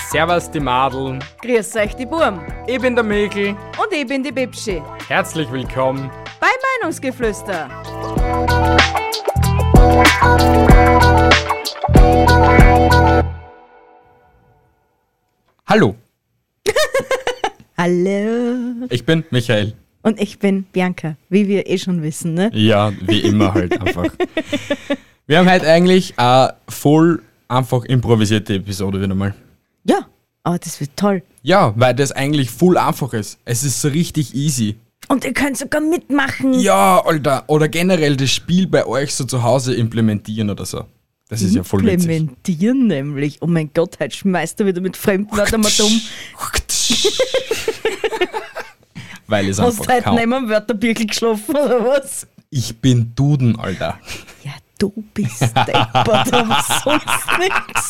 Servus die Madeln, Grüß euch die Burm. ich bin der Mikl. Und ich bin die Bibschi. Herzlich willkommen. Bei Meinungsgeflüster. Hallo, Hallo. ich bin Michael. Und ich bin Bianca, wie wir eh schon wissen, ne? Ja, wie immer halt einfach. Wir haben heute eigentlich eine voll einfach improvisierte Episode wieder mal. Ja, aber das wird toll. Ja, weil das eigentlich voll einfach ist. Es ist so richtig easy. Und ihr könnt sogar mitmachen. Ja, Alter, oder generell das Spiel bei euch so zu Hause implementieren oder so. Das ist ja voll witzig. Implementieren nämlich. Oh mein Gott, heute schmeißt du wieder mit Fremdwörtern mal dumm. Weil es Hast einfach du heute kaum. neben dem Wörterbüchel geschlafen oder was? Ich bin Duden, Alter. Ja, du bist deppert, aber sonst nix.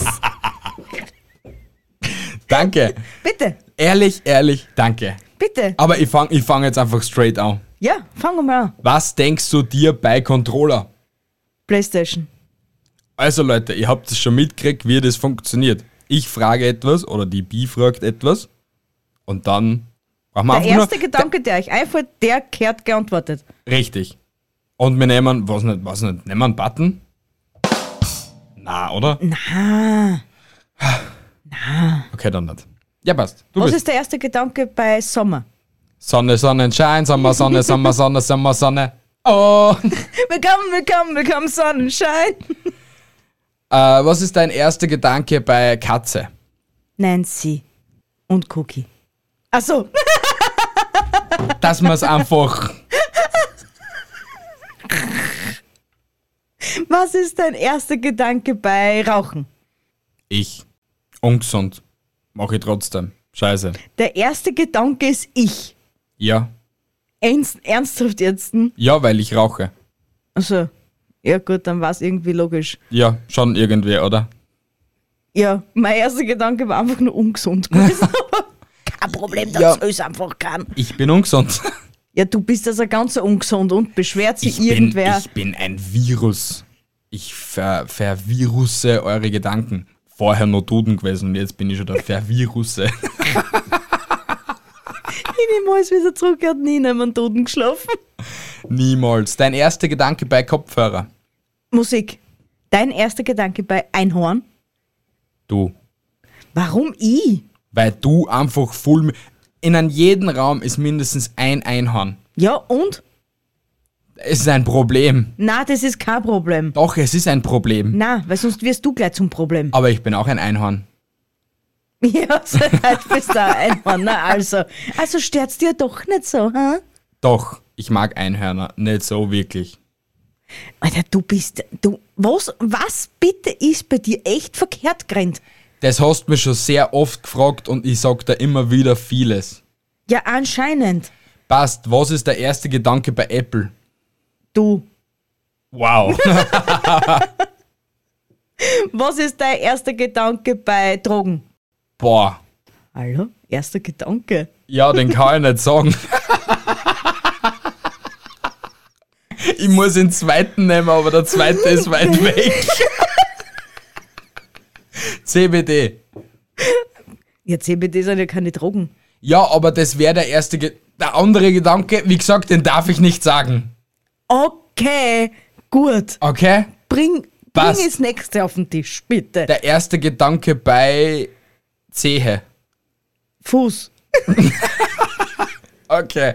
Danke. Bitte, Ehrlich, danke. bitte. Aber ich fang jetzt einfach straight an. Ja, fangen wir mal an. Was denkst du dir bei Controller? Playstation. Also Leute, ihr habt es schon mitgekriegt, wie das funktioniert. Ich frage etwas oder die Bi fragt etwas und dann brauchen wir Der einfach erste Gedanke, der euch einfällt, der kehrt geantwortet. Richtig. Und wir nehmen, nehmen wir einen Button? Na, oder? Na, Okay, dann nicht. Ja, passt. Du was bist. ist der erste Gedanke bei Sommer? Sonne, Sonnenschein, Sommer, Sonne, Sommer, Sonne, Sommer, Sonne. Oh! Willkommen, Sonnenschein. Was ist dein erster Gedanke bei Katze? Nancy und Cookie. Ach so, Dass man es einfach... was ist dein erster Gedanke bei Rauchen? Ich. Ungesund. Mach ich trotzdem. Scheiße. Der erste Gedanke ist ich. Ja. Ernsthaft jetzt? Ja, weil ich rauche. Also, ja gut, dann war es irgendwie logisch. Ja, schon irgendwie, oder? Ja, mein erster Gedanke war einfach nur ungesund gewesen. Kein Problem, das Ja. ist einfach kein. Ich bin ungesund. Ja, du bist also ganz ungesund und beschwert sich Ich irgendwer. bin ein Virus. Ich vervirusse eure Gedanken. Vorher nur Duden gewesen und jetzt bin ich schon der Vervirusse. Ich nehme alles wieder zurück, er hat nie neben einem Toten geschlafen. Niemals. Dein erster Gedanke bei Kopfhörer? Musik. Dein erster Gedanke bei Einhorn? Du. Warum ich? Weil du einfach voll... In einem jeden Raum ist mindestens ein Einhorn. Ja, und? Es ist ein Problem. Na, das ist kein Problem. Doch, es ist ein Problem. Na, weil sonst wirst du gleich zum Problem. Aber ich bin auch ein Einhorn. Ja, so heute bist du ein Einhorn. Na, also stört's dir doch nicht so, hä? Doch, ich mag Einhörner. Nicht so wirklich. Alter, was bitte ist bei dir echt verkehrt gerannt? Das hast du mich schon sehr oft gefragt und ich sag da immer wieder vieles. Ja, anscheinend. Passt, was ist der erste Gedanke bei Apple? Du. Wow. Was ist dein erster Gedanke bei Drogen? Boah. Hallo? Erster Gedanke. Ja, den kann ich nicht sagen. Ich muss den zweiten nehmen, aber der zweite ist weit weg. CBD. Ja, CBD sind ja keine Drogen. Ja, aber das wäre der erste... Der andere Gedanke, wie gesagt, den darf ich nicht sagen. Okay, gut. Okay? Bring Passt. das nächste auf den Tisch, bitte. Der erste Gedanke bei Zehe. Fuß. Okay.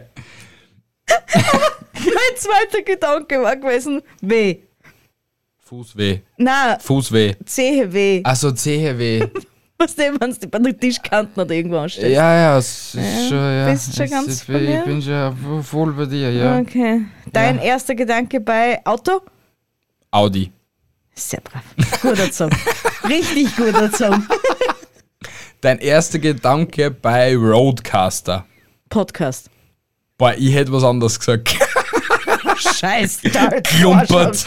Mein zweiter Gedanke war gewesen, weh. Fußweh. Na, Fußweh. Zehe weh. Also Zehe weh. Was denn, wenn du bei den Tischkanten oder irgendwo anstellst? Ja, es ist schon, ja. bist schon Es ganz ist- bei mir? Ich bin schon voll bei dir, ja. Okay. Dein erster Gedanke bei Auto? Audi. Sehr brav. Guter Song. Richtig guter Song. Dein erster Gedanke bei Roadcaster. Podcast. Boah, ich hätte was anderes gesagt. Scheiß, Klumpert.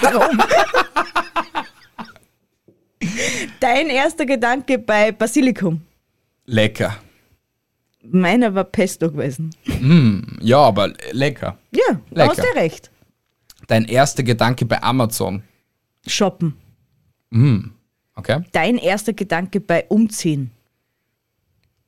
Dein erster Gedanke bei Basilikum. Lecker. Meiner war Pesto gewesen. Ja, aber lecker. Ja, da Lecker. hast du recht. Dein erster Gedanke bei Amazon. Shoppen. Okay. Dein erster Gedanke bei Umziehen.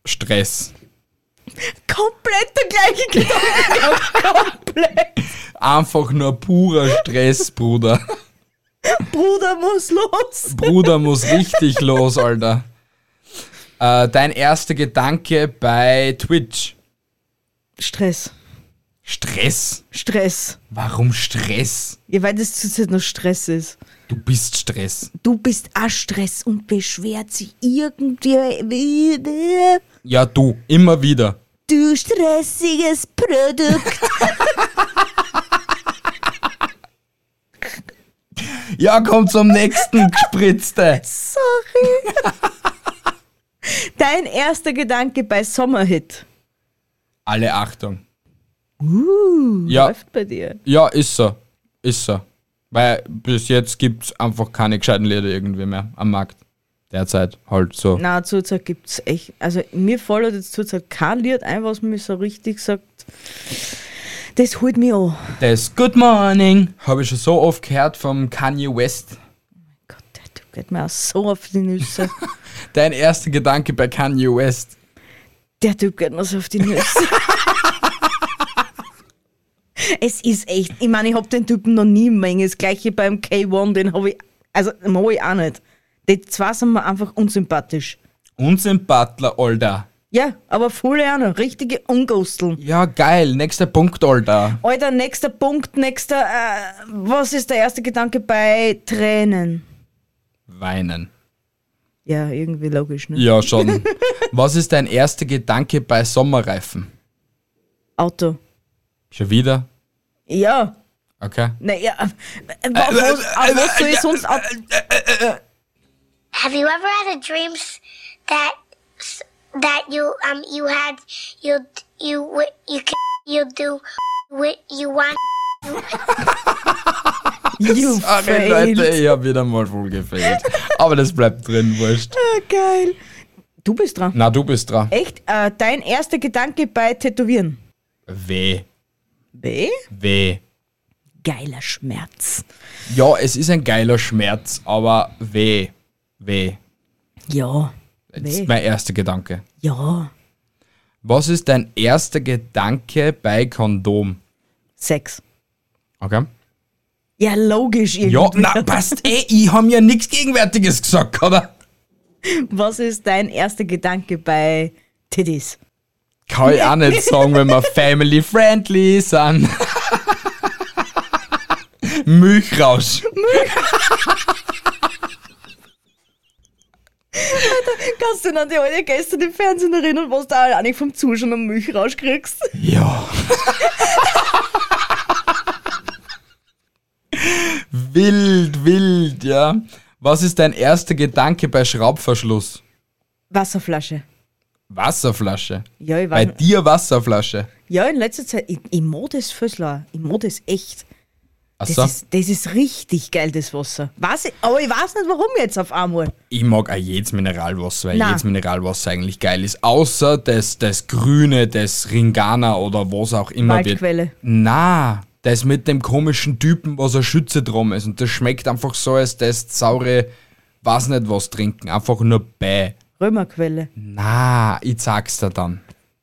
Stress. Komplett der gleiche Gedankengang. Komplett. Einfach nur purer Stress, Bruder. Bruder muss los. Bruder muss richtig los, Alter. Dein erster Gedanke bei Twitch. Stress. Stress? Stress. Warum Stress? Ja, weil das zurzeit noch Stress ist. Du bist Stress. Du bist auch Stress und beschwert sich irgendwie. Ja, du, immer wieder. Du stressiges Produkt. Ja, komm zum nächsten Gespritzte. Sorry. Dein erster Gedanke bei Sommerhit. Alle Achtung. Ja, Läuft bei dir. ja, ist so. Ist so. Weil bis jetzt gibt's einfach keine gescheiten Lieder irgendwie mehr am Markt. Derzeit halt so. Na, zurzeit gibt's echt. Also mir fällt jetzt zurzeit kein Lied ein, was mir so richtig sagt. Das holt mich an. Das Good Morning habe ich schon so oft gehört vom Kanye West. Gott, der Typ geht mir auch so auf die Nüsse. Dein erster Gedanke bei Kanye West. Der Typ geht mir so auf die Nüsse. Es ist echt, ich meine, ich hab den Typen noch nie im Menge. Das gleiche beim K1, den habe ich, also mag ich auch nicht. Die zwei sind mir einfach unsympathisch. Unsympathler, Alter. Ja, aber voll einer, richtige Ungusteln. Ja, geil. Nächster Punkt, Alter. Alter, nächster Punkt, was ist der erste Gedanke bei Tränen? Weinen. Ja, irgendwie logisch, ne? Ja, schon. Was ist dein erster Gedanke bei Sommerreifen? Auto. Schon wieder? Ja. Okay. Naja, was soll ich sonst ab... Have you ever had a dreams that you had you do what you want? You Sorry, failed. Leute, ich hab wieder mal voll gefailt. Aber das bleibt drin, wurscht. Ah, geil. Du bist dran. Na, du bist dran. Echt? Dein erster Gedanke bei Tätowieren? Weh. B? Weh. Geiler Schmerz. Ja, es ist ein geiler Schmerz, aber weh. Weh. Ja. Das Weh. ist mein erster Gedanke. Ja. Was ist dein erster Gedanke bei Kondom? Sex. Okay. Ja, logisch irgendwie. Ja, na, passt ich hab ja nichts Gegenwärtiges gesagt, oder? Was ist dein erster Gedanke bei Titties? Kann ich auch nicht sagen, wenn wir family-friendly sind. Milchrausch. Kannst du dich an die alte gestern im Fernsehen erinnern, was du auch nicht vom Zuschauen am Milchrausch kriegst? Ja. Wild, ja. Was ist dein erster Gedanke bei Schraubverschluss? Wasserflasche. Wasserflasche. Ja, ich Bei weiß. dir Wasserflasche. Ja, in letzter Zeit, ich mag das Fössler. Ich mag das echt. Achso. Das ist richtig geil, das Wasser. Aber ich weiß nicht, warum jetzt auf einmal. Ich mag auch jedes Mineralwasser, weil Nein. jedes Mineralwasser eigentlich geil ist. Außer das Grüne, das Ringana oder was auch immer Waldquelle. wird. Na, das mit dem komischen Typen, was eine Schütze drum ist. Und das schmeckt einfach so, als das saure, weiß nicht was trinken. Einfach nur bäh. Römerquelle. Na, ich sag's dir dann.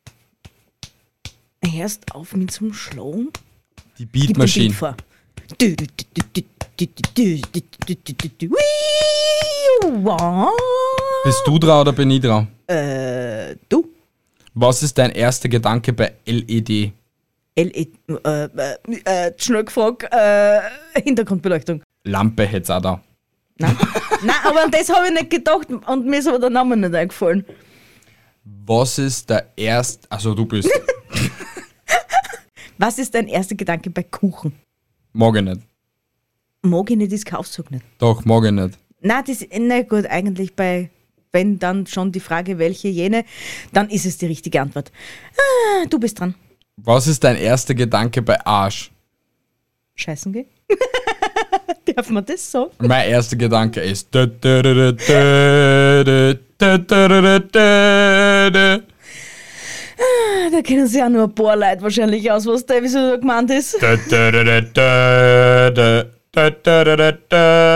Hörst auf mit zum Schlagen? Die Gib den Beatmaschine. Beat vor. Du, du, du, du, du, du, du, du, du, du, du. Wow. Bist du dran oder bin ich dran? Du? Was ist dein erster Gedanke bei LED? Schnell gefragt, Hintergrundbeleuchtung. Lampe hätt's auch da. Nein, aber an das habe ich nicht gedacht und mir ist aber der Name nicht eingefallen. Was ist der erste... Also du bist... Was ist dein erster Gedanke bei Kuchen? Mag ich nicht. Mag ich nicht, das kaufst du nicht. Doch, mag ich nicht. Nein, das ist nicht gut, eigentlich wenn dann schon die Frage, welche jene, dann ist es die richtige Antwort. Du bist dran. Was ist dein erster Gedanke bei Arsch? Scheißen gehen? Darf man das sagen? Mein erster Gedanke ist... Da kennen sich auch nur ein paar Leute wahrscheinlich aus, was da wieso da gemeint ist.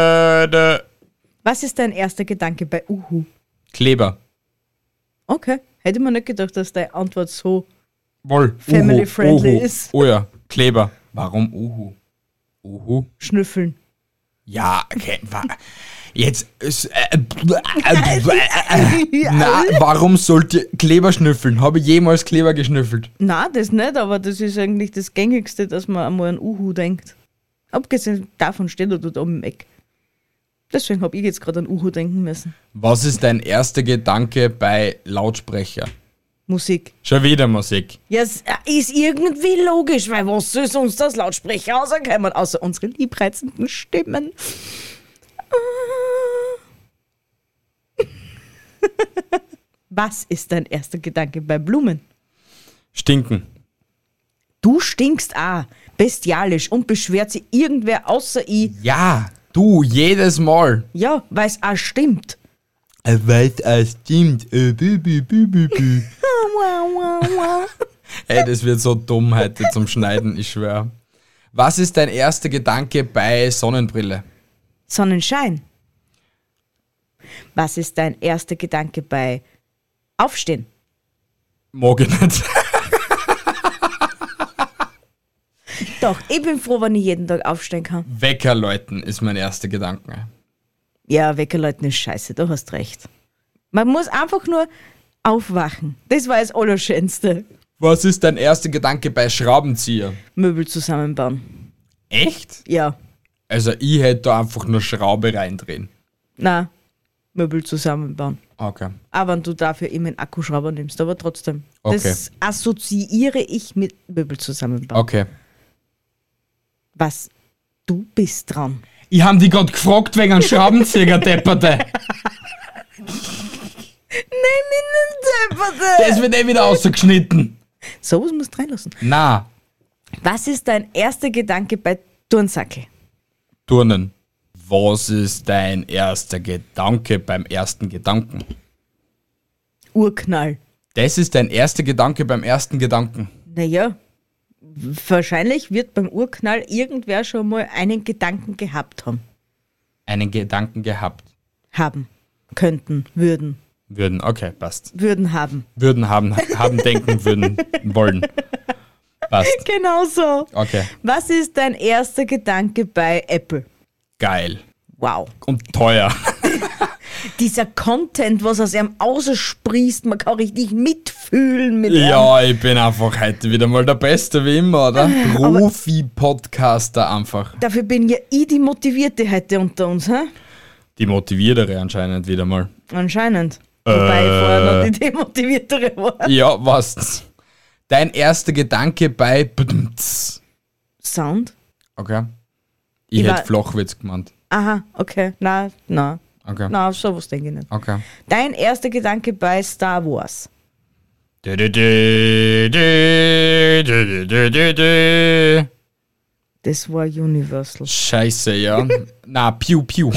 Was ist dein erster Gedanke bei Uhu? Kleber. Okay. Hätte man nicht gedacht, dass deine Antwort so Wohl. family-friendly ist. Oh ja, Kleber. Warum Uhu? Uhu? Schnüffeln. Ja, okay. Jetzt. Na, warum sollt ihr Kleber schnüffeln? Habe ich jemals Kleber geschnüffelt? Nein, das nicht, aber das ist eigentlich das Gängigste, dass man einmal an Uhu denkt. Abgesehen davon steht er dort oben im Eck. Deswegen habe ich jetzt gerade an Uhu denken müssen. Was ist dein erster Gedanke bei Lautsprecher? Musik. Schon wieder Musik. Ja, es ist irgendwie logisch, weil was soll sonst das Lautsprecher rauskommen, außer unsere liebreizenden Stimmen. Was ist dein erster Gedanke bei Blumen? Stinken. Du stinkst auch bestialisch und beschwert sich irgendwer außer ich. Ja, du, jedes Mal. Ja, weil es auch stimmt. Weiß, es stimmt. Ey, das wird so dumm heute zum Schneiden, ich schwör. Was ist dein erster Gedanke bei Sonnenbrille? Sonnenschein. Was ist dein erster Gedanke bei Aufstehen? Mag ich nicht. Doch, ich bin froh, wenn ich jeden Tag aufstehen kann. Wecker läuten ist mein erster Gedanke. Ja, Weckerleuten ist scheiße, du hast recht. Man muss einfach nur aufwachen. Das war das Allerschönste. Was ist dein erster Gedanke bei Schraubenzieher? Möbel zusammenbauen. Echt? Ja, Also ich hätte da einfach nur Schraube reindrehen. na, Möbel zusammenbauen. Okay. Aber wenn du dafür immer einen Akkuschrauber nimmst, aber trotzdem. Okay. Das assoziiere ich mit Möbel zusammenbauen. Okay. Was? Du bist dran. Ich hab die gerade gefragt wegen einem Schraubenzieher, Depperte. Das wird wieder ausgeschnitten. So was musst du reinlassen. Na, Was ist dein erster Gedanke bei Turnsackel? Turnen. Was ist dein erster Gedanke beim ersten Gedanken? Urknall. Das ist dein erster Gedanke beim ersten Gedanken. Naja, wahrscheinlich wird beim Urknall irgendwer schon mal einen Gedanken gehabt haben. Einen Gedanken gehabt. Haben. Könnten. Würden. Würden, okay, passt. Würden haben. Würden haben denken, würden, wollen. Passt. Genau so. Okay, Was ist dein erster Gedanke bei Apple? geil. Wow. Und teuer. Dieser Content, was aus ihm aussprießt, man kann richtig mitfühlen mit ihm. Ja, ich bin einfach heute wieder mal der Beste, wie immer, oder? Profi-Podcaster einfach. Dafür bin ja ich die Motivierte heute unter uns, hä? Die motiviertere anscheinend wieder mal. Anscheinend. Wobei ich vorher noch die Demotiviertere war. Ja, was? Dein erster Gedanke bei Bdmts. Sound? Okay. Ich Ich hätte war- Flachwitz gemeint. Aha, okay. Na, Okay. na, sowas denke ich nicht. Okay. Dein erster Gedanke bei Star Wars? Du, du, du, du, du, du, du, du. Das war Universal. Scheiße, ja. Na, Piu Piu.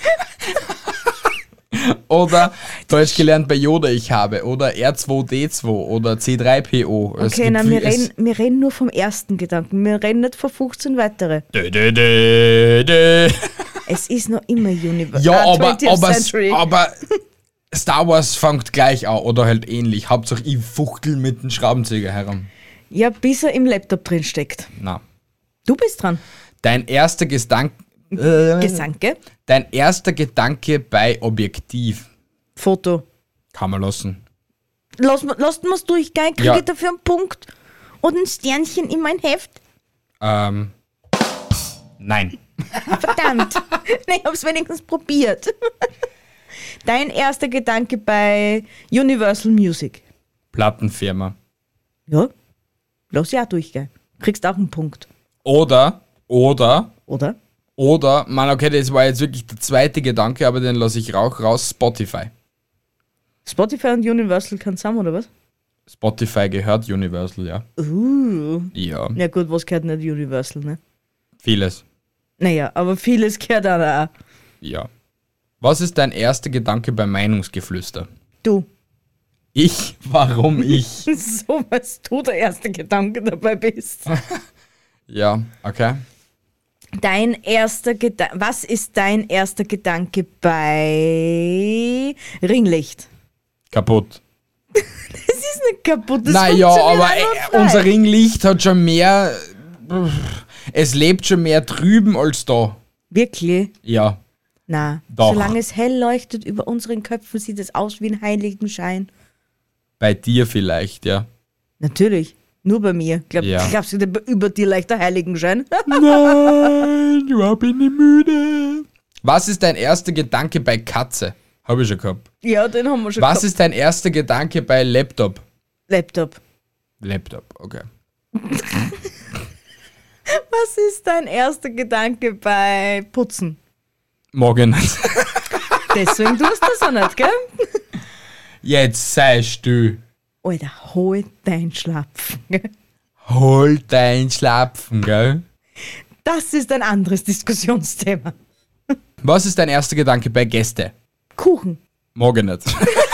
Oder Deutsch gelernt bei Yoda ich habe. Oder R2D2 oder C3PO. Es Okay, gibt nein, viel- wir reden nur vom ersten Gedanken. Wir reden nicht von 15 weitere. Du, du, du, du. Es ist noch immer Universal. Ja, aber, 20th Century. aber Star Wars fängt gleich an oder halt ähnlich. Hauptsache ich fuchtel mit dem Schraubenzieher herum. Ja, bis er im Laptop drin steckt. Na. Du bist dran. Dein erster Gedanke. Gesanke. Dein erster Gedanke bei Objektiv. Foto. Kann man lassen. Lasst mir's durchgehen, kriege Ja. ich dafür einen Punkt und ein Sternchen in mein Heft. Nein. Verdammt. Nee, ich hab's wenigstens probiert. Dein erster Gedanke bei Universal Music. Plattenfirma. Ja, lass ja durchgehen. Kriegst auch einen Punkt. Oder, Oder? man, okay, das war jetzt wirklich der zweite Gedanke, aber den lasse ich raus, Spotify. Spotify und Universal kann zusammen, oder was? Spotify gehört Universal, ja. Ja, Ja gut, was gehört nicht Universal, ne? vieles. Naja, aber vieles gehört auch. Ja. Was ist dein erster Gedanke beim Meinungsgeflüster? Du. Ich? Warum ich? So, was du der erste Gedanke dabei bist. Ja, okay. Was ist dein erster Gedanke bei Ringlicht? Kaputt. Es ist nicht kaputt. Das Naja, funktioniert aber einwandfrei. unser Ringlicht hat schon mehr. Es lebt schon mehr drüben als da. Wirklich? Ja. Na, Doch. solange es hell leuchtet über unseren Köpfen, sieht es aus wie ein Heiligenschein. Bei dir vielleicht, ja. Natürlich. Nur bei mir. Ja. Glaubst du, über dir leicht der Heiligenschein? Nein, ich bin ich müde. Was ist dein erster Gedanke bei Katze? Habe ich schon gehabt. Ja, den haben wir schon Was gehabt. ist dein erster Gedanke bei Laptop? Laptop. Laptop, okay. Was ist dein erster Gedanke bei Putzen? Morgen nicht. Deswegen tust du das auch nicht, gell? Jetzt sei still. Alter, hol dein Schlapfen. Gell? Hol dein Schlapfen, gell? Das ist ein anderes Diskussionsthema. Was ist dein erster Gedanke bei Gäste? Kuchen. Morgen nicht.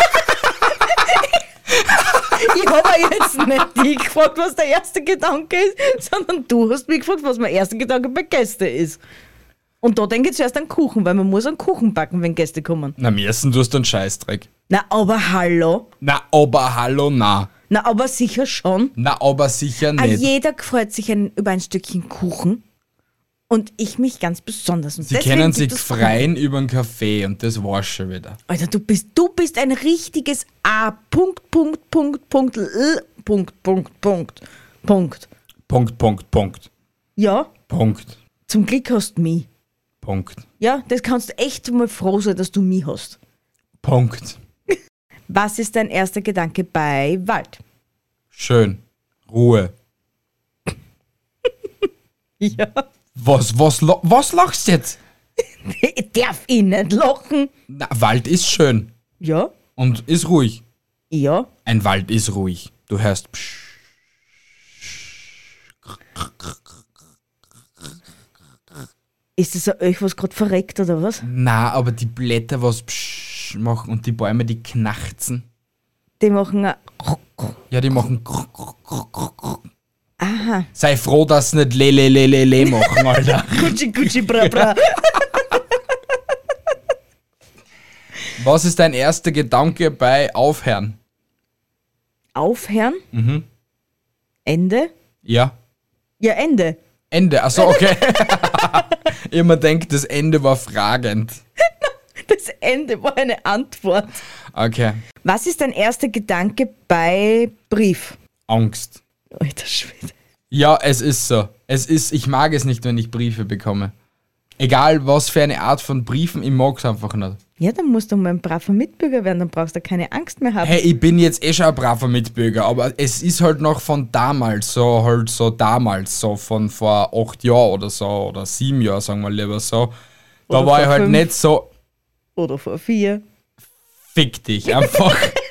Ich habe jetzt nicht dich gefragt, was der erste Gedanke ist, sondern du hast mich gefragt, was mein erster Gedanke bei Gästen ist. Und da denke ich zuerst an Kuchen, weil man muss einen Kuchen backen, wenn Gäste kommen. Na, am ersten tust du einen Scheißdreck. Na, aber hallo. Na, aber hallo, na. Na, aber sicher schon. Na, aber sicher nicht. Jeder freut sich über ein Stückchen Kuchen. Und ich mich ganz besonders. Und Sie deswegen können gibt sich es freien über einen Kaffee und das war's schon wieder. Alter, du bist ein richtiges A. Punkt, Punkt, Punkt, Punkt, Punkt, Punkt, Punkt, Punkt. Punkt, Punkt, Punkt. Ja, Punkt, zum Glück hast du mich. Punkt, Ja, das kannst du echt mal froh sein, dass du mich hast. Punkt. Was ist dein erster Gedanke bei Wald? Schön. Ruhe. Ja. Was lachst jetzt? Ich darf ihn nicht lachen. Na, Wald ist schön Ja, und ist ruhig. ja. Ein Wald ist ruhig. Du hörst psch. Ist das ein Elch, was gerade verreckt oder was? Na, aber die Blätter was psch machen und die Bäume, die knarzen. Die machen ein Ja, die machen. Aha. Sei froh, dass sie nicht le machen, Alter. Gucci, Gucci, bra, bra. Was ist dein erster Gedanke bei Aufhören? Aufhören? Mhm. Ende? Ja. Ja, Ende. Ende. Achso, okay. Immer denkt, das Ende war fragend. Das Ende war eine Antwort. Okay. Was ist dein erster Gedanke bei Brief? Angst. Alter Schwede. Ja, es ist so. Ich mag es nicht, wenn ich Briefe bekomme. Egal, was für eine Art von Briefen, ich mag es einfach nicht. Ja, dann musst du mal ein braver Mitbürger werden, dann brauchst du keine Angst mehr haben. Hey, ich bin jetzt schon ein braver Mitbürger, aber es ist halt noch von damals, so von vor 8 Jahren oder so, oder 7 Jahren, sagen wir lieber so. Da Oder war ich vor halt 5. nicht so, Oder vor 4. fick dich einfach.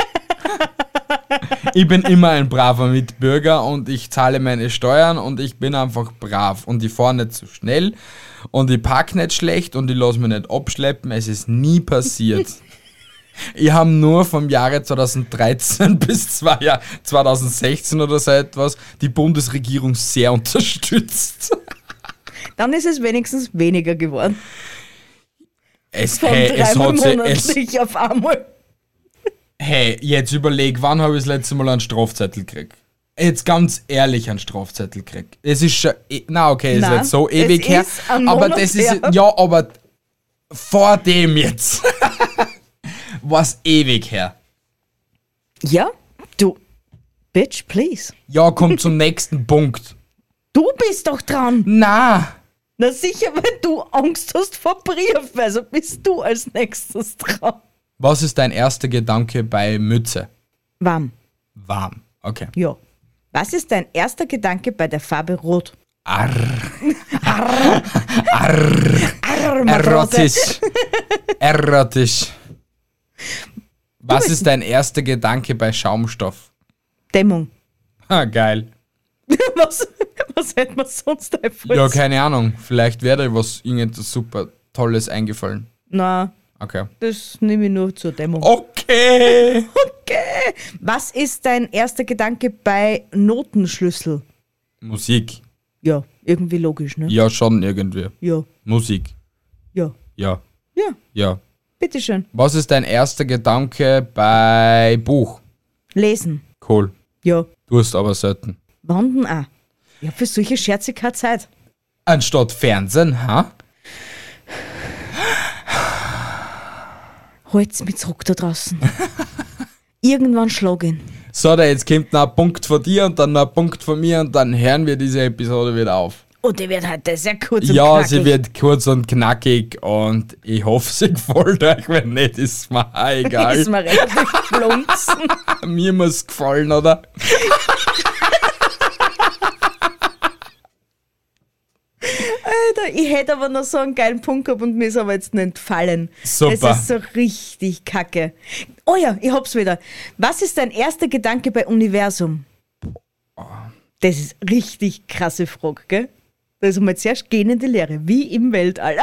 Ich bin immer ein braver Mitbürger und ich zahle meine Steuern und ich bin einfach brav und ich fahre nicht zu schnell und ich park nicht schlecht und ich lasse mich nicht abschleppen. Es ist nie passiert. Ich habe nur vom Jahre 2013 bis 2016 oder so etwas die Bundesregierung sehr unterstützt. Dann ist es wenigstens weniger geworden. Von Es dreimal hat sich, monatlich auf einmal. hey, jetzt überleg, wann habe ich das letzte Mal einen Strafzettel gekriegt? Jetzt ganz ehrlich einen Strafzettel gekriegt. Es ist schon, na okay, ist Nein, nicht so es ewig her, ist ein aber Monat das ist, her. ja, aber vor dem jetzt war's ewig her. Ja, du. Bitch, please. Ja, komm zum nächsten Punkt. Du bist doch dran. Na, Na sicher, wenn du Angst hast vor Brief, also bist du als nächstes dran. was ist dein erster Gedanke bei Mütze? Warm. Warm, okay. Ja. Was ist dein erster Gedanke bei der Farbe Rot? Arr, Matrose. erotisch. Was ist dein erster Gedanke bei Schaumstoff? Dämmung. Ha, geil. Was hätte man sonst einfach? Ja, keine Ahnung. Vielleicht wäre dir was irgendetwas super Tolles eingefallen. Na, Okay. das nehme ich nur zur Dämmung. Okay. Okay. Was ist dein erster Gedanke bei Notenschlüssel? Musik. Ja, irgendwie logisch, ne? Ja, schon irgendwie. Ja, Musik. ja. Ja. Ja, Ja. bitteschön. Was ist dein erster Gedanke bei Buch? Lesen. Cool. Ja. Tust aber selten. Wandern auch. Ich hab für solche Scherze keine Zeit. Anstatt Fernsehen, ha? Halt's mich zurück da draußen. Irgendwann schlag ihn. So, jetzt kommt noch ein Punkt von dir und dann noch ein Punkt von mir und dann hören wir diese Episode wieder auf. Und die wird heute sehr kurz und Ja, knackig. sie wird kurz und knackig und ich hoffe, sie gefällt euch. Wenn nicht, ist mir auch egal. Ist mir relativ blunzen. Mir muss gefallen, oder? Alter, ich hätte aber noch so einen geilen Punkt gehabt und mir ist aber jetzt nicht entfallen. Super. Es ist so richtig kacke. Oh ja, ich hab's wieder. Was ist dein erster Gedanke bei Universum? Das ist richtig krasse Frage, gell? Da ist einmal zuerst gehen in die Lehre, wie im Weltall.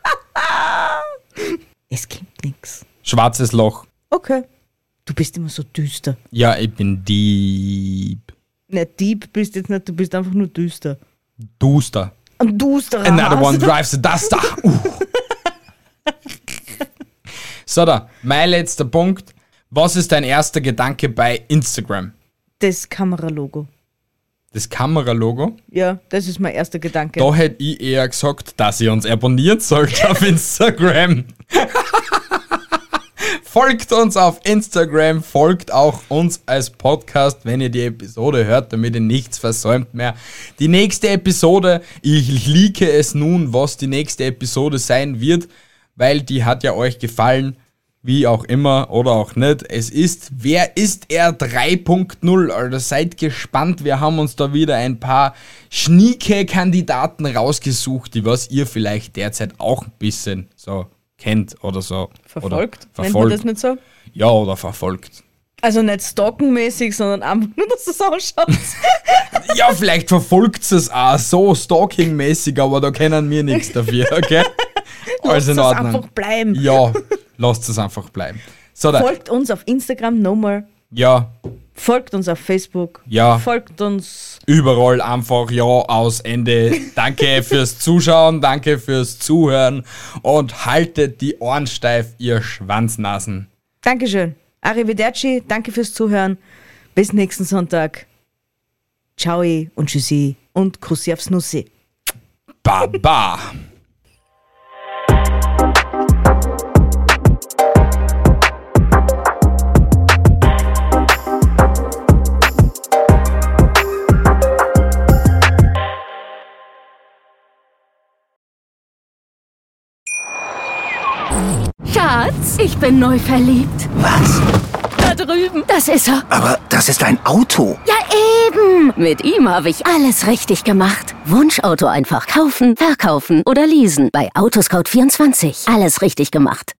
Es gibt nichts. Schwarzes Loch. Okay. Du bist immer so düster. Ja, ich bin Dieb. Nicht Dieb bist jetzt nicht, du bist einfach nur düster. Duster. Ein düsterer Another Hase. one drives the duster. So, da, mein letzter Punkt. Was ist dein erster Gedanke bei Instagram? Das Kameralogo. Das Kameralogo? Ja, das ist mein erster Gedanke. Da hätte ich eher gesagt, dass ihr uns abonnieren sollt auf Instagram. Folgt uns auf Instagram, folgt auch uns als Podcast, wenn ihr die Episode hört, damit ihr nichts versäumt mehr. Die nächste Episode, ich leake es nun, was die nächste Episode sein wird, weil die hat ja euch gefallen, wie auch immer oder auch nicht. Es ist Wer ist er 3.0, also seid gespannt, wir haben uns da wieder ein paar schnieke Kandidaten rausgesucht, die was ihr vielleicht derzeit auch ein bisschen so kennt oder so. Verfolgt? Oder Nennt man das nicht so? Ja, oder verfolgt. Also nicht stalkenmäßig, sondern einfach nur, dass es ausschaut. Ja, vielleicht verfolgt es auch so stalking-mäßig, aber da kennen wir nichts dafür, okay? Lasst Also in es Ordnung. einfach bleiben. Ja, lasst es einfach bleiben. So, da, Folgt uns auf Instagram, no more. ja, Folgt uns auf Facebook. Ja. Folgt uns. überall einfach Ja aus Ende. Danke fürs Zuschauen, danke fürs Zuhören und haltet die Ohren steif, ihr Schwanznasen. Dankeschön. Arrivederci, danke fürs Zuhören. Bis nächsten Sonntag. Ciao und tschüssi und Kussi aufs Nussi. Baba. Schatz, ich bin neu verliebt. Was? Da drüben. Das ist er. Aber das ist ein Auto. Ja, eben. Mit ihm habe ich alles richtig gemacht. Wunschauto einfach kaufen, verkaufen oder leasen. Bei Autoscout24. Alles richtig gemacht.